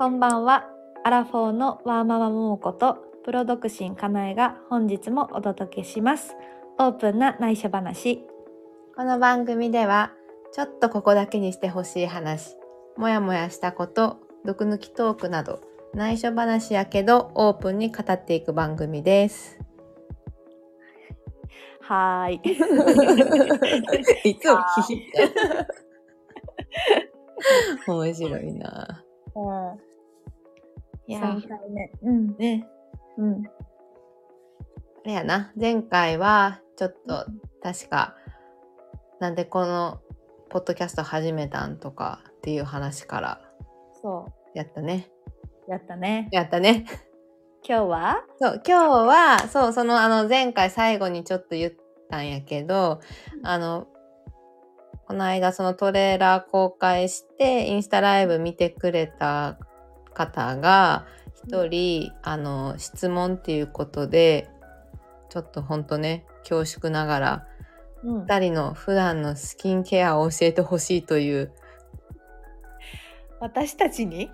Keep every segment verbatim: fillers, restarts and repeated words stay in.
こんばんは。アラフォーのワーママももことプロ独身かなえが本日もお届けします。オープンな内緒話。 この番組ではちょっとここだけにしてほしい話、もやもやしたこと、毒抜きトークなど内緒話やけどオープンに語っていく番組です。 はーい。 いつも聞いて面白いな。 うん、 いやさんかいめ。うんね、 うん。 あれやな。前回はちょっと確かなんでこのポッドキャスト始めたんとかっていう話からそやったね。 う。やったね。 やったね。 今日はそう今日はそうそのあの前回最後にちょっと言ったんやけど、あのこの間そのトレーラー公開してインスタライブ見てくれた方が一人、あの質問っていうことでちょっとほんとね恐縮ながら、 うん、 ふたりの普段のスキンケアを教えてほしいという私たちに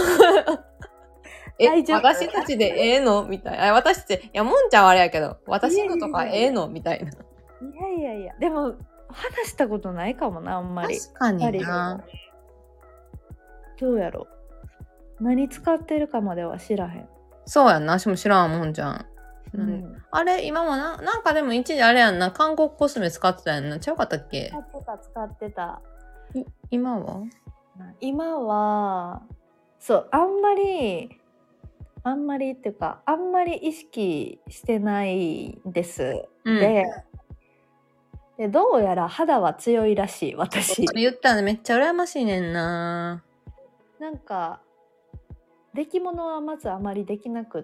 え大丈夫私たちでええのみたいな。私たちいやもんちゃんはあれやけど私のとかええのみたいな。 いやいやいや、でも話したことないかもな、あんまり。 確かにな。 どうやろう。何使ってるかまでは知らへん。 そうやんな。私も知らんもんじゃん。 うなんん、あれ今もな、なんかでも一時あれやんな。韓国コスメ使ってたやんな。ちゃうかったっけ？ 使ってた使ってた。 い今は今はそうあんまりあんまりっていうかあんまり意識してないです、 うん、 ででどうやら肌は強いらしい私。 それ言ったらめっちゃ羨ましいねんな。 なんか出来物はまずあまりできなくって、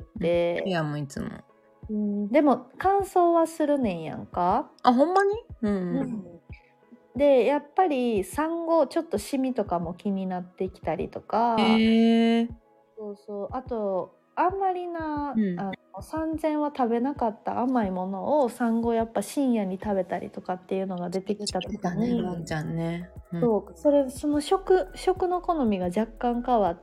いやもういつも。 うん、でも乾燥はするねんやんか。 あほんまに？うん、 うん、でやっぱり産後ちょっとシミとかも気になってきたりとか、 へえ。 そうそうあとあんまりな、 うんあの産前は食べなかった甘いものを産後やっぱ深夜に食べたりとかっていうのが出てきた時だね、 に、 もんちゃんね。うん、 そうそれその食食の好みが若干変わって、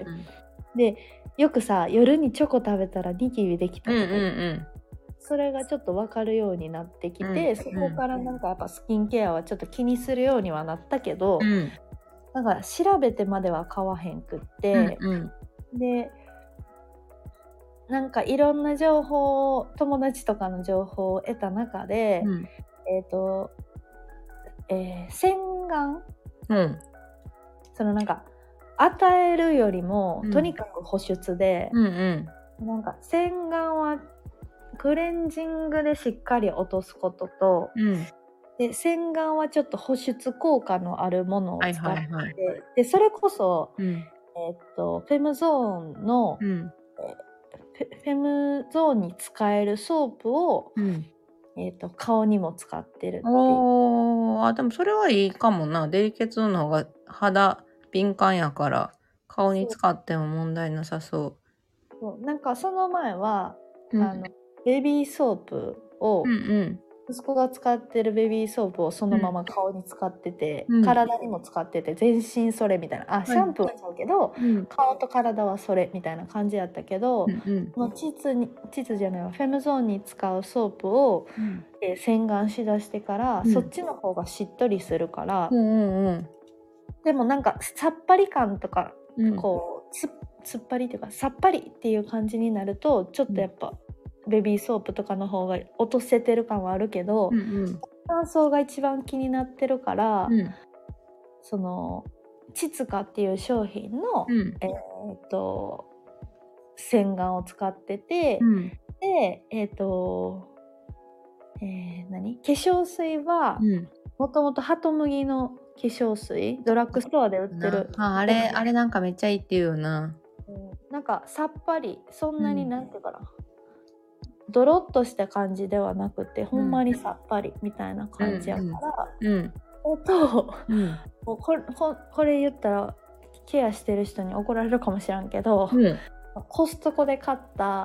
うん、 でよくさ夜にチョコ食べたらニキビできたとか、 うんうんうん。 それがちょっと分かるようになってきて、 うんそこからなんかやっぱスキンケアはちょっと気にするようにはなったけど、 うん、 なんか調べてまでは買わへんくって、 うんうん、 でなんかいろんな情報友達とかの情報を得た中で、 うん、 えっ、ー、と、えー、洗顔、 うん、 そのなんか与えるよりも、 うん、 とにかく保湿で、 うんうん、 なんか洗顔はクレンジングでしっかり落とすことと、 うん、 で洗顔はちょっと保湿効果のあるものを使って、 はいはいはい、 でそれこそ、 うん、 えー、とフェムゾーンの、 うん、 えーフェムゾーンに使えるソープを、 うん、 えー、と顔にも使ってるっていう。 おー、あでもそれはいいかもな。デリケートの方が肌敏感やから顔に使っても問題なさそう。そうなんかその前は、 う。うん、 あのベビーソープを、 うんうん息子が使ってるベビーソープをそのまま顔に使ってて、 うん、 体にも使ってて全身それみたいな、あシャンプーはちゃうけど、 うん、 顔と体はそれみたいな感じやったけど、 うんうん、 この膣に膣じゃないわフェムゾーンに使うソープを、 うんえー洗顔しだしてから、 うん、 そっちの方がしっとりするから、 うんうんうん、 でもなんかさっぱり感とか、 うん、 こうつつっぱりというかさっぱりっていう感じになるとちょっとやっぱ、ベビーソープとかの方が落とせてる感はあるけど、 うんうん、 乾燥が一番気になってるから、 うん、 そのチツカっていう商品の、 うん、 えー、っと洗顔を使ってて、 うん、 でえー、っと、えー、何化粧水はもともとハトムギの化粧水ドラッグストアで売ってる、 ああれあれなんかめっちゃいいっていうよな。 うん、なんかさっぱりそんなにうんなんていうかな、ドロッとした感じではなくて、ほんまにさっぱりみたいな感じやから、 うん、 えっと、 うん、 もうこれ、ここれ言ったらケアしてる人に怒られるかもしらんけど、 うん、 コストコで買った、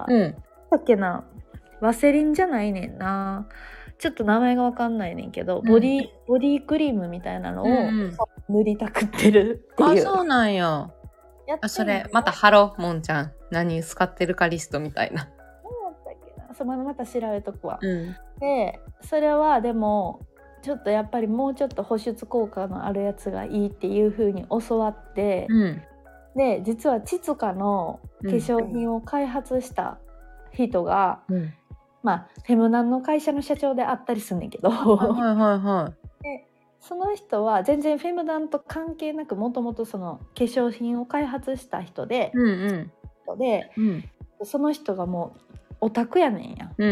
うん、 だっけな、ワセリンじゃないねんな、ちょっと名前がわかんないねんけど、 うん、 ボディボディクリームみたいなのをうんうん、 塗りたくってるっていう。 あそうなんや。 やってあ、それ、また貼ろう、もんちゃん。何使ってるかリストみたいな。 どうだったっけな、そうまだまた調べとくわ。 うん。 で、それはでもちょっとやっぱりもうちょっと保湿効果のあるやつがいいっていう風に教わって、 うん。 で実はチツカの化粧品を開発した人が、 うん、 まあフェムナンの会社の社長であったりすんねんけど、 はいはいはい。 でその人は全然フェムナンと関係なくもともとその化粧品を開発した人で、 うんうん、 で、 うん、 その人がもうオタクやねんや。 うんうん、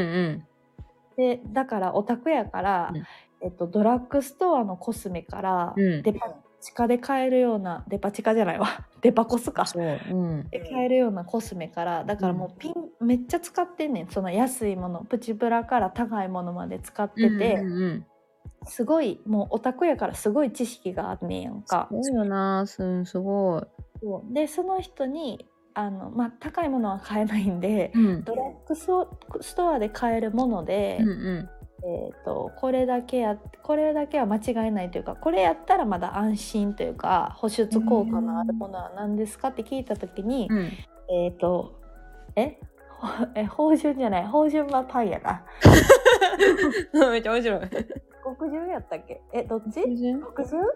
でだからオタクやから、うんえっと、ドラッグストアのコスメから、うん、デパ地下で買えるようなデパ地下じゃないわデパコスかそう、うん、で買えるようなコスメからだからもうピン、うん、めっちゃ使ってんねん。その安いものプチプラから高いものまで使ってて、うんうんうん、すごいもうオタクやからすごい知識があんねんやんか。 すごいよな、す, すごい。 そうでその人にあの、まあ、高いものは買えないんで、うん、ドラッグストアで買えるもので、うんうんえー、とこれだけやこれだけは間違いないというか、これやったらまだ安心というか保湿効果のあるものは何ですかって聞いた時に、うん、えっ、ー、とええ芳醇じゃない芳醇はパンやなめっちゃ面白い。 極潤やったっけえどっち極潤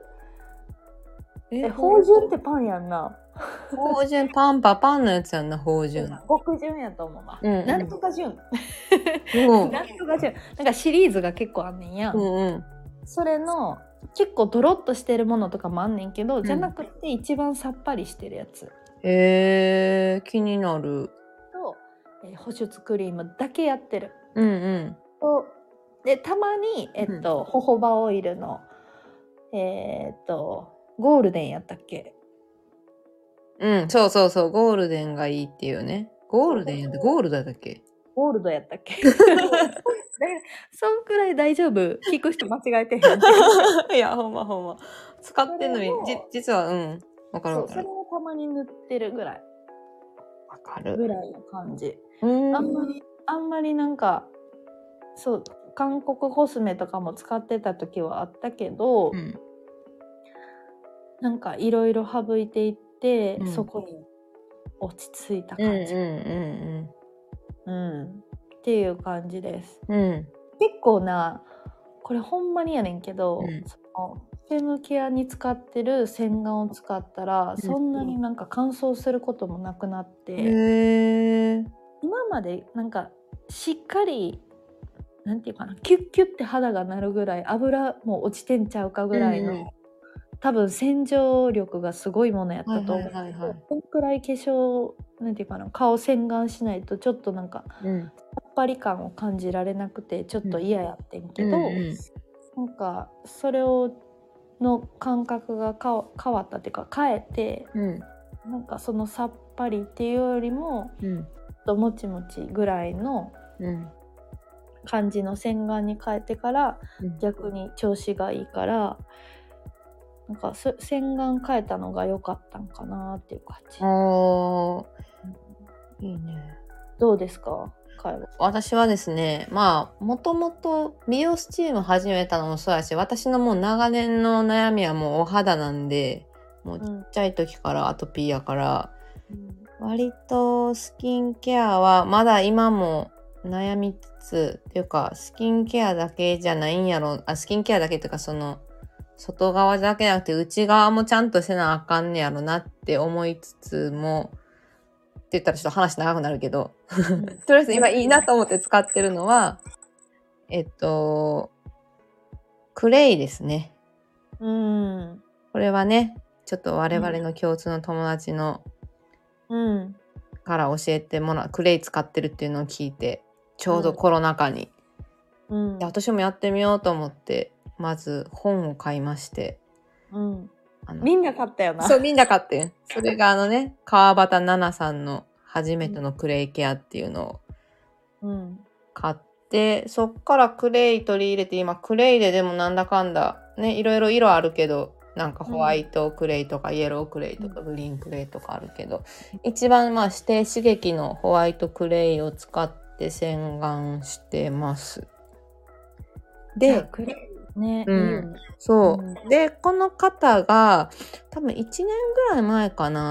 え芳醇ってパンやんな。 芳醇パンパパンのやつやんな。芳醇極潤やと思うわ、うんうん、なんとか潤なんとか潤なんかシリーズが結構あんねんや、うんうん、それの結構ドロッとしてるものとかもあんねんけど、うん、じゃなくて一番さっぱりしてるやつ。 へえー、気になる。 と、えー、保湿クリームだけやってる。 うんうんとでたまにえっと、うん、ホホバオイルのえー、っとゴールデンやったっけ。 うん、そうそうそう、ゴールデンがいいっていうね。ゴールデンやったゴールドだっけゴールドやったっけそんくらい大丈夫。聞く人間違えてへんいやほんまほんま使ってんのにじ実はうんわかるわかる。 そう、それをたまに塗ってるぐらいわかるぐらいの感じ。うんあんまりあんまりなんかそう韓国コスメとかも使ってた時はあったけど、うん、なんかいろいろ省いていって、うん、そこに落ち着いた感じ、うんうんうんうん、っていう感じです、うん、結構なこれほんまにやねんけど、うん、そのフェムケアに使ってる洗顔を使ったら、うん、そんなになんか乾燥することもなくなって、へー今までなんかしっかりなんていうかなキュッキュッて肌がなるぐらい油も落ちてんちゃうかぐらいの、うん、多分洗浄力がすごいものやったと思う、はいはいはいはい、こんくらい化粧なんていうかな顔洗顔しないとちょっとなんか、うん、さっぱり感を感じられなくてちょっと嫌やってんけど、うんうん、なんかそれをの感覚がか変わったっていうか変えて、うん、なんかそのさっぱりっていうよりも、うん、ともちもちぐらいの、うん感じの洗顔に変えてから逆に調子がいいから、うん、なんか洗顔変えたのが良かったんかなっていう感じ。あー、うん、いいね。どうですか私はですね、まあもともと美容スチーム始めたのもそうやし、私のもう長年の悩みはもうお肌なんで、もうちっちゃい時からアトピーやから、うん、割とスキンケアはまだ今も悩みつつっていうかスキンケアだけじゃないんやろあスキンケアだけっていうかその外側だけじゃなくて内側もちゃんとせなあかんねやろなって思いつつもって言ったらちょっと話長くなるけどとりあえず今いいなと思って使ってるのはえっとクレイですね。うんこれはねちょっと我々の共通の友達の、うん、から教えてもらうクレイ使ってるっていうのを聞いてちょうどコロナ禍に、うん、で私もやってみようと思ってまず本を買いまして、 うん、あのみんな買ったよな。 そうみんな買ってそれがあのね川端奈々さんの初めてのクレイケアっていうのを買って、うん、そっからクレイ取り入れて今クレイででもなんだかんだねいろいろ色あるけどなんかホワイトクレイとかイエロークレイとかグリーンクレイとかあるけど、うん、一番まあ指定刺激のホワイトクレイを使って洗顔してます。で、クレイね、うん、いいよね。そう、うん、でこの方が多分いちねんぐらい前かな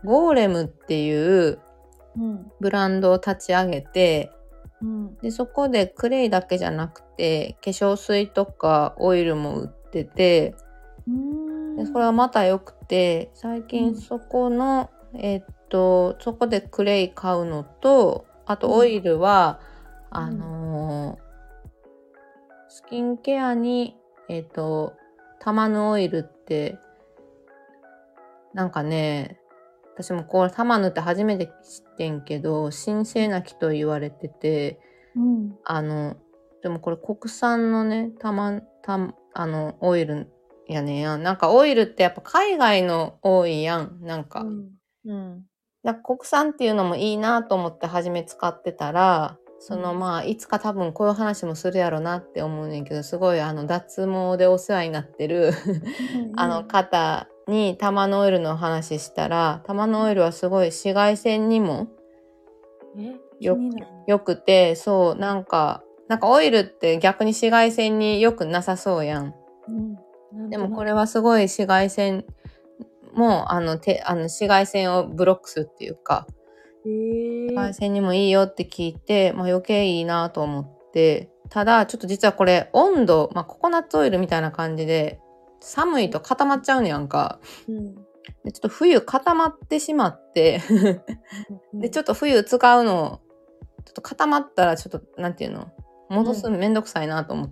ゴーレムっていうブランドを立ち上げて、うん、でそこでクレイだけじゃなくて化粧水とかオイルも売ってて、うん、でそれはまた良くて、最近そこの、うん、えー、っとそこでクレイ買うのと、あとオイルは、うん、あのー、スキンケアにえー、っとタマヌオイルってなんかね、私もこれタマヌって初めて知ってんけど、神聖な木と言われてて、うん、あのでもこれ国産のねタマタあのオイルやねんやん。なんかオイルってやっぱ海外の多いやん、なんか、うんうん、だから国産っていうのもいいなと思って初め使ってたら、そのまあいつか多分こういう話もするやろなって思うねんけど、すごいあの脱毛でお世話になってるあの方にタマノオイルの話したら、タマノオイルはすごい紫外線にもよよくて、そうなんかなんかオイルって逆に紫外線によくなさそうやん。うん、でもこれはすごい紫外線もあのてあの紫外線をブロックするっていうか、紫外線にもいいよって聞いて、まあ、余計いいなと思って、ただちょっと実はこれ温度、まあ、ココナッツオイルみたいな感じで寒いと固まっちゃうねやんか、うん、でちょっと冬固まってしまってでちょっと冬使うのちょっと固まったらちょっとなんていうの戻すのめんどくさいなと思って、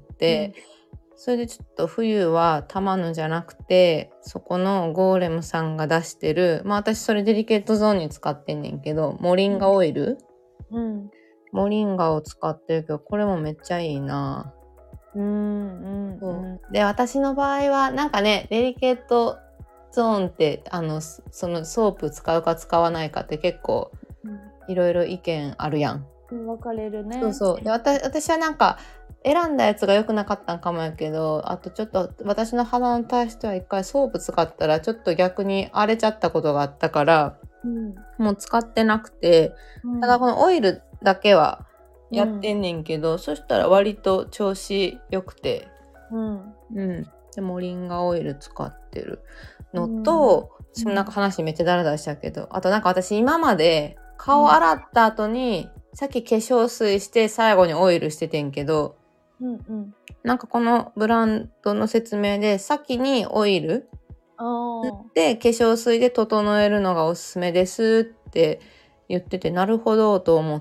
うん、それでちょっと冬はタマヌじゃなくてそこのゴーレムさんが出してる、まあ私それデリケートゾーンに使ってんねんけど、モリンガオイル、うん、モリンガを使ってるけどこれもめっちゃいいな。うんうんうん、で私の場合はなんかねデリケートゾーンってあのそのソープ使うか使わないかって結構いろいろ意見あるやん。 分かれるね。 そうそう。で 私, 私はなんか選んだやつが良くなかったんかもやけど、あとちょっと私の肌に対しては一回ソープ使ったらちょっと逆に荒れちゃったことがあったから、うん、もう使ってなくて、うん、ただこのオイルだけはやってんねんけど、うん、そしたら割と調子良くて、うんうん、でモリンガオイル使ってるのと、うん、なんか話めっちゃダラダラしたけど、あとなんか私今まで顔洗った後に、うん、さっき化粧水して最後にオイルしててんけど、うんうん、なんかこのブランドの説明で先にオイル塗って化粧水で整えるのがおすすめですって言ってて、なるほどと思って、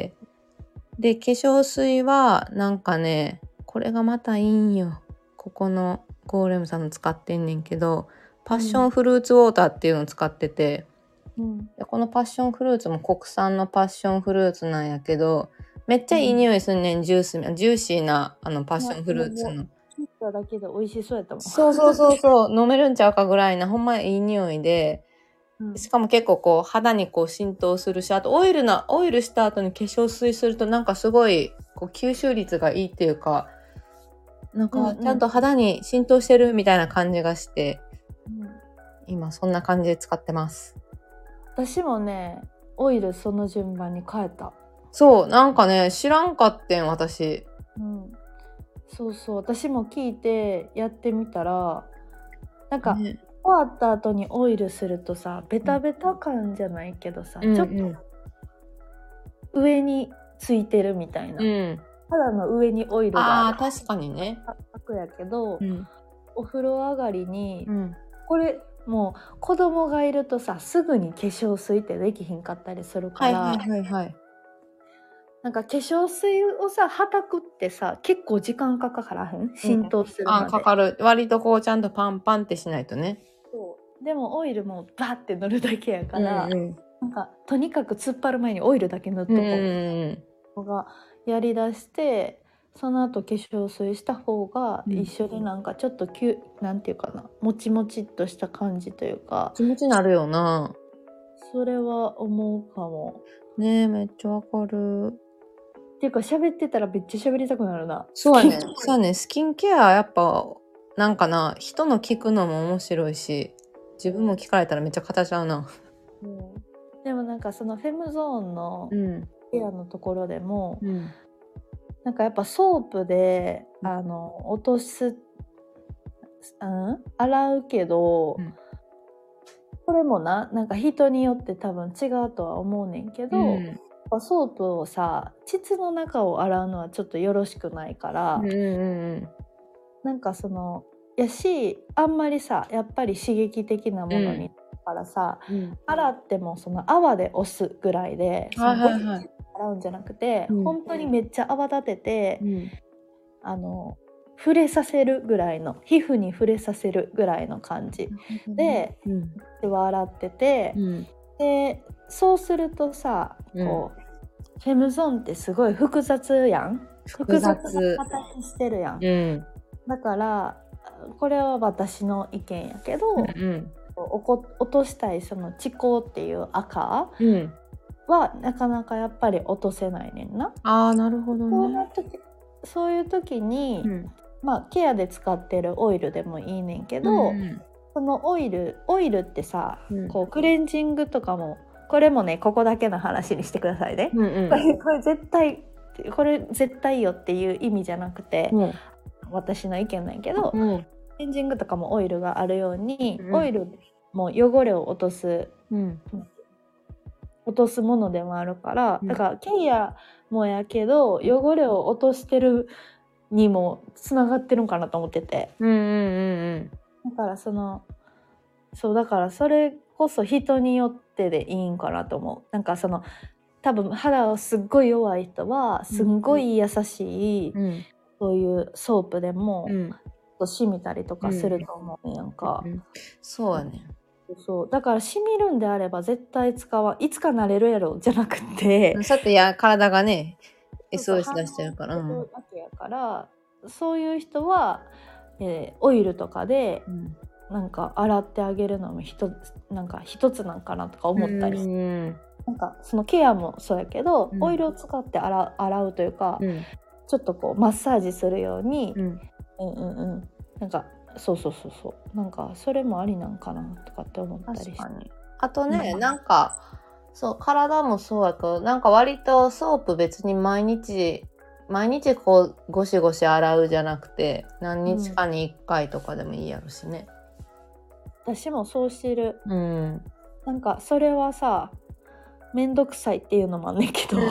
で化粧水はなんかねこれがまたいいんよ、ここのゴーレムさんの使ってんねんけどパッションフルーツウォーターっていうのを使ってて、うん、でこのパッションフルーツも国産のパッションフルーツなんやけどめっちゃいい匂いすんねん、うん、ジュースジューシーなあのパッションフルーツの切っただけで美味しそうやったもん。 そうそうそうそう飲めるんちゃうかぐらいなほんまいい匂いで、うん、しかも結構こう肌にこう浸透するし、あとオイルなオイルした後に化粧水するとなんかすごいこう吸収率がいいっていうか、なんかちゃんと肌に浸透してるみたいな感じがして、うん、今そんな感じで使ってます。 私もねオイルその順番に変えた。 そうなんかね知らんかってん私、 うん、そうそう私も聞いてやってみたらなんか、ね、終わった後にオイルするとさベタベタ感じゃないけどさ、うん、ちょっと上についてるみたいな、うん、肌の上にオイルがある。 あ確かにねやけど、うん、お風呂上がりに、うん、これもう子供がいるとさすぐに化粧水ってできひんかったりするから、はいはいはいはい、なんか化粧水をさはたくってさ結構時間かからへん浸透するまで、 うん、あかかる。割とこうちゃんとパンパンってしないとね。 そうでもオイルもバーって塗るだけやから、うんうん、なんかとにかく突っ張る前にオイルだけ塗っとこう、うんうん、がやりだしてその後化粧水した方が一緒でなんかちょっとキュ、うん、なんていうかなもちもちっとした感じというか気持ちになるよな。 それは思うかもねえめっちゃわかる。 っていうか喋ってたらめっちゃ喋りたくなるな。 そうやねそうやねスキンケアやっぱなんかな人の聞くのも面白いし自分も聞かれたらめっちゃ語っちゃうな、 うん、でもなんかそのフェムゾーンのケアのところでも、うん、なんかやっぱソープであの落とす、うん、洗うけど、うん、 これもな、なんか人によって多分違うとは思うねんけど、 うんソープをさ、膣の中を洗うのはちょっとよろしくないから、 うんうんうんなんかそのやし、あんまりさ、やっぱり刺激的なものに、だからさ、 うん、 洗ってもその泡で押すぐらいで、そのゴシゴシ洗うんじゃなくて、 うん本当にめっちゃ泡立てて、 うん、 あの触れさせるぐらいの、皮膚に触れさせるぐらいの感じで、 うん、 で洗ってて、 うん、 でそうするとさ、こう、うん、フェムゾーンってすごい複雑やん。複雑な形してるやん。うん、だからこれは私の意見やけど、うんうん、落としたいその恥孔っていう赤はなかなかやっぱり落とせないねんな。 あー、なるほどね。 そうな時、そういう時に、うん、まあケアで使ってるオイルでもいいねんけど、うん、そのオイルオイルってさ、うん、こうクレンジングとかも、これもね、ここだけの話にしてくださいね、うんうん、これ、これ絶対これ絶対よっていう意味じゃなくて、うん、私の意見なんやけど、うん、クレンジングとかもオイルがあるように、うん、オイルも汚れを落とす、うん、落とすものでもあるから、だからケアもやけど汚れを落としてるにもつながってるんかなと思ってて、うんうんうんうん、だからそのそうだからそれこそ人によってでいいんかなと思う。なんかその多分肌をすっごい弱い人はすんごい優しい、うん、そういうソープでも、うん、染みたりとかすると思うやんか、うんうん、 そうやね。 そうだから染みるんであれば絶対使わん、いつかなれるやろじゃなくて、 さて、いや体がね エスオーエス 出してるから、 そうわけやから、そういう人は、えー、オイルとかで、うん、なんか洗ってあげるのも一つなんか一つなんかなとか思ったりして、うん、なんかそのケアもそうやけど、うん、オイルを使って洗う、洗うというか、うん、ちょっとこうマッサージするように、うん、うんうんうんなんかそうそうそうそうなんかそれもありなんかなとかって思ったりして。確かに。 あとね、うん、なんかそう体もそうやけど、なんか割とソープ別に毎日毎日こうゴシゴシ洗うじゃなくて何日かにいっかいとかでもいいやろしね、 うん、私もそうしてる、うん、なんかそれはさめんどくさいっていうのもあんねんけど、うん、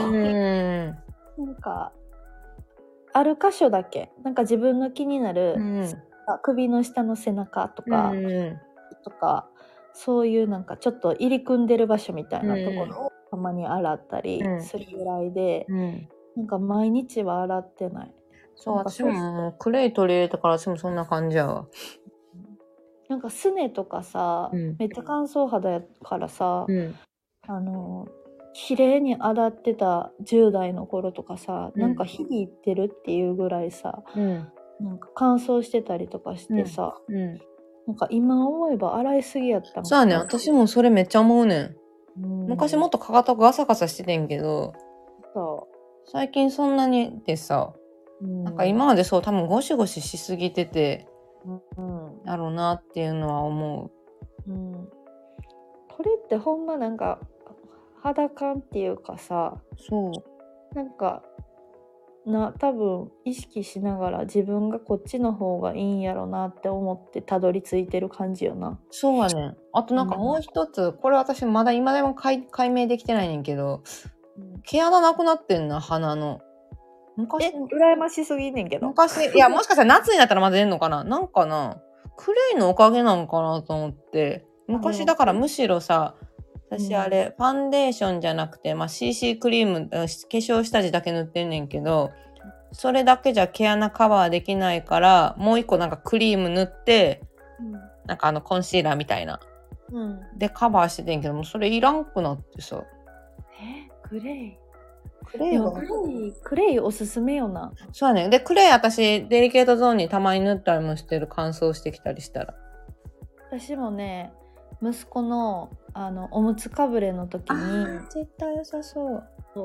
なんかある箇所だけなんか自分の気になる、うん、首の下の背中とか、うん、とかそういうなんかちょっと入り組んでる場所みたいなところをたまに洗ったりするぐらいで、うん、なんか毎日は洗ってない。 そう、私もクレイ取り入れたから私もそんな感じやわ。 なんかすねとかさ、うん、めっちゃ乾燥肌やからさ、うん、あの綺麗に洗ってたじゅう代の頃とかさ、うん、なんか日々いってるっていうぐらいさ、うん、なんか乾燥してたりとかしてさ、うんうん、なんか今思えば洗いすぎやったんか。 そうね、私もそれめっちゃ思うねん。うん、昔もっとかかとガサガサしててんけど、そう最近そんなにでさ、うん、なんか今までそう多分ゴシゴシしすぎてて、うん、だろうなっていうのは思う。うん、 これってほんまなんか肌感っていうかさ、そうなんかな多分意識しながら自分がこっちの方がいいんやろなって思ってたどり着いてる感じよな。 そうやね。あとなんかもう一つ、うん、これ私まだ今でも解明できてないねんけど、うん、毛穴なくなってんな、鼻の。 昔え羨ましすぎんねんけど。 昔いやもしかしたら夏になったらまだ出んのかな、なんかなクレイのおかげなんかなと思って、昔だからむしろさ、私あれ、うん、ファンデーションじゃなくて、まあ、シーシー クリーム、化粧下地だけ塗ってんねんけど、それだけじゃ毛穴カバーできないから、もう一個なんかクリーム塗って、うん、なんかあのコンシーラーみたいな、うん、でカバーしててんけども、それいらんくなってさ。 えクレイクレイはクレイクレイおすすめよな。 そうね。でクレイ私デリケートゾーンにたまに塗ったりもしてる、乾燥してきたりしたら。 私もね、息子のあのおむつかぶれの時に絶対良さそう。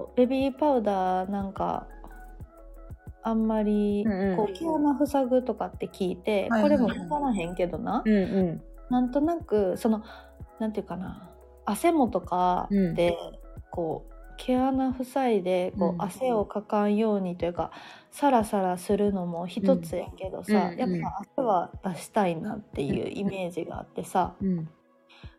ベビーパウダーなんかあんまり、うんうん、こう毛穴塞ぐとかって聞いて、はいはいはい、これも分からへんけどな、うんうん、なんとなくそのなんていうかな、汗もとかで、うん、こう毛穴塞いでこう、うん、汗をかかんようにというかサラサラするのも一つやけどさ、うんうんうん、やっぱ汗は出したいなっていうイメージがあってさ、うん、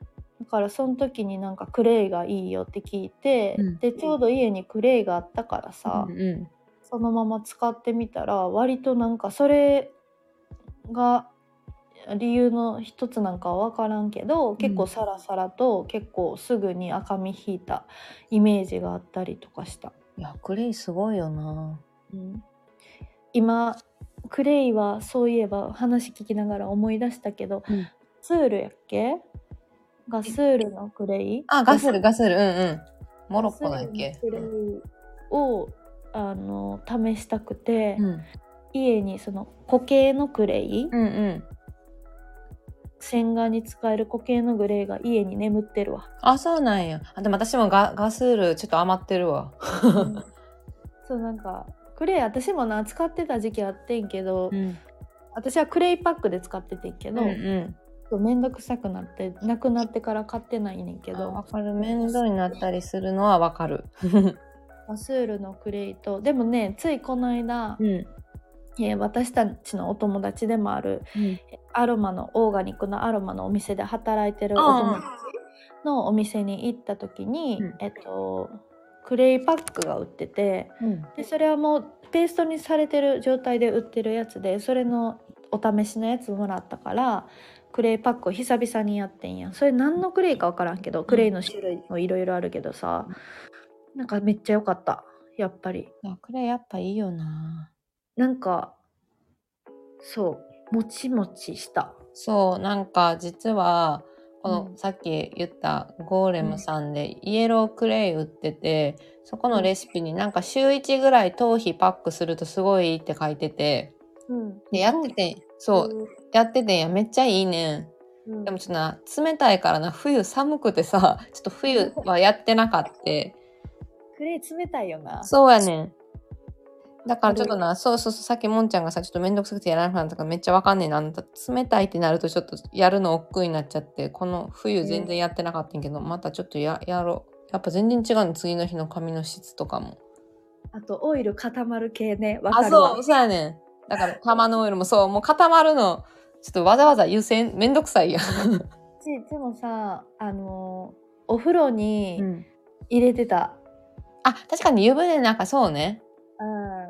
だからその時になんかクレイがいいよって聞いて、うん、でちょうど家にクレイがあったからさ、うんうん、そのまま使ってみたら割となんかそれが理由の一つなんかは分からんけど、結構サラサラと結構すぐに赤み引いたイメージがあったりとかした。 いやクレイすごいよな、 うん、今クレイはそういえば話聞きながら思い出したけど、うん、ツールやっけガスールのクレイあガスールガスールうんうんモロッコだっけクレイをあの試したくて、うん、家にその固形のクレイ、うんうん、洗顔に使える固形のグレーが家に眠ってるわ。 あそうなんや。あでも私も ガ, ガスールちょっと余ってるわ、 うん、そうなんかクレイ私もな使ってた時期あってんけど、うん、私はクレイパックで使っててんけど、うんうんめんどくさくなってなくなってから買ってないねんけど。 わかる、面倒になったりするのはわかるガスールのクレイとでもねついこの間、うんえー、私たちのお友達でもある、うん、アロマのオーガニックのアロマのお店で働いてるお友達のお店に行った時に、うん、えっとクレイパックが売ってて、うん、でそれはもうペーストにされてる状態で売ってるやつでそれのお試しのやつもらったからクレイパックを久々にやってんや。それ何のクレイか分からんけど、クレイの種類もいろいろあるけどさ、うん、なんかめっちゃ良かったやっぱり。 いやクレイやっぱいいよな。 なんかそうもちもちした。 そうなんか実はこの、うん、さっき言ったゴーレムさんでイエロークレイ売ってて、うん、そこのレシピになんか週いちぐらい頭皮パックするとすごいいいって書いてて、うん、でやっててそう、うん、やっててんやめっちゃいいねん、うん、でもちょっとな冷たいからな冬寒くてさちょっと冬はやってなかってクレイ冷たいよな。 そうやねんだからちょっとな、そうそうそう、さっきもんちゃんがさ、ちょっとめんどくさくてやらなくなったからめっちゃわかんねえな。冷たいってなるとちょっとやるの億劫になっちゃって、この冬全然やってなかったんけど、うん、またちょっとや、やろう。やっぱ全然違うの、次の日の髪の質とかも。 あと、オイル固まる系ね、わかるわ。 あ、そう、そうやねん。だから、玉のオイルもそう、もう固まるの、ちょっとわざわざ湯煎、めんどくさいやん。 いつもさ、あの、お風呂に入れてた。 うん、あ、確かに湯船なんかそうね。うん、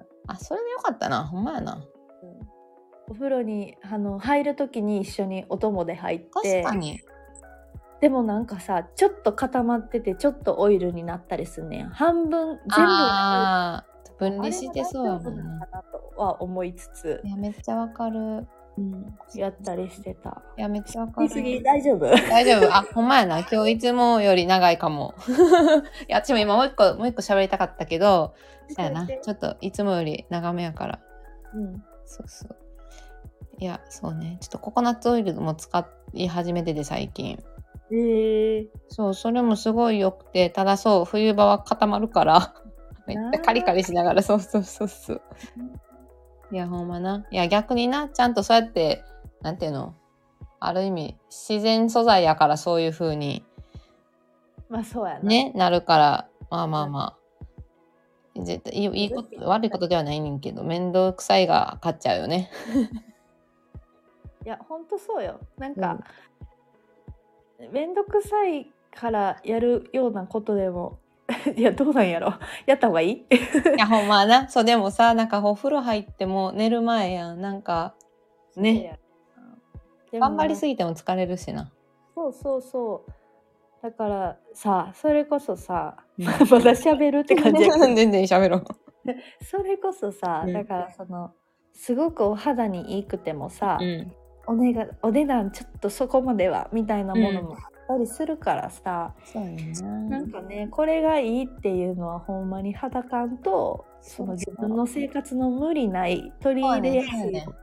あ、それでよかったな。ほんまやな。うん、 お風呂にあの入る時に一緒にお供で入って。 確かに。 でもなんかさ、ちょっと固まっててちょっとオイルになったりすんねん。半分全部あ分離してそうやもんね。 かなとは思いつつ。 いやめっちゃわかる。 うん、やったりしてた。 いやめっちゃわかる。 言い過ぎ大丈夫？ 大丈夫。あ、ほんまやな。今日いつもより長いかも。いや、私も今もう一個もう一個喋りたかったけど、そうやな。ちょっといつもより長めやから。うん。そうそう。いや、そうね。ちょっとココナッツオイルも使い始めてて最近。 へー。 そう、それもすごい良くて、ただそう冬場は固まるからめっちゃカリカリしながら、そうそうそうそう。いやほんまな。いや逆にな、ちゃんとそうやってなんていうの、ある意味自然素材やからそういう風にまあそうやな。 ねなるから、まあまあまあ絶対いい、いいこと悪いことではないねんけど、面倒くさいが勝っちゃうよね。 いやほんとそうよ。なんか、うん、面倒くさいからやるようなことでもいやどうなんやろ、やった方がいい？いやほんまな。そうでもさ、なんかお風呂入っても寝る前やん、なんかね頑張りすぎても疲れるしな。 そうそうそう。だからさ、それこそさ、まだ喋るって感じやけど全然喋ろう。 それこそさ、だからそのすごくお肌にいいくてもさ、うん、お値がお値段ちょっとそこまではみたいなものもあったりするからさ、 うん、そうね、 なんかねこれがいいっていうのはほんまに肌感とその自分の生活の無理ない取り入れやすい、ね、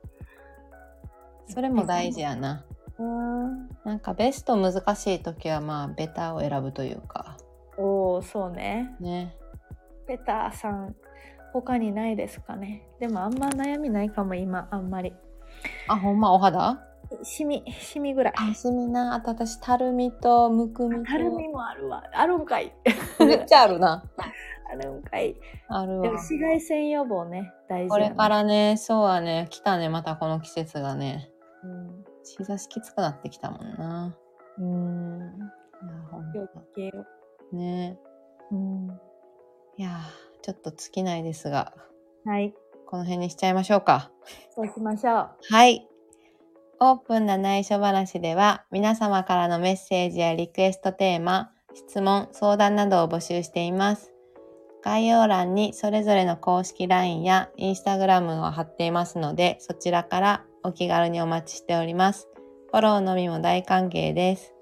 それも大事やな。うん、なんかベスト難しい時はまあベターを選ぶというか。 おおそうね。 ね。 ベターさん他にないですかね。でもあんま悩みないかも今あんまり。 あほんまお肌？ シミシミぐらい。 あシミな。あと私たるみとむくみと。 たるみもあるわ。あるんかい。 めっちゃあるな。 あるんかい。 あるわ。 でも紫外線予防ね大事、ね。 これからねそうはね来たねまたこの季節がね。うん。日差しきつくなってきたもんな。 うん。気をつけよう。ね。 うん。 いやー、ちょっと尽きないですが。 はい。 この辺にしちゃいましょうか。 そうしましょう。 はい。オープンな内緒話では、皆様からのメッセージやリクエストテーマ、質問、相談などを募集しています。概要欄にそれぞれの公式 ライン や インスタグラム を貼っていますので、そちらからお気軽にお待ちしております。フォローのみも大歓迎です。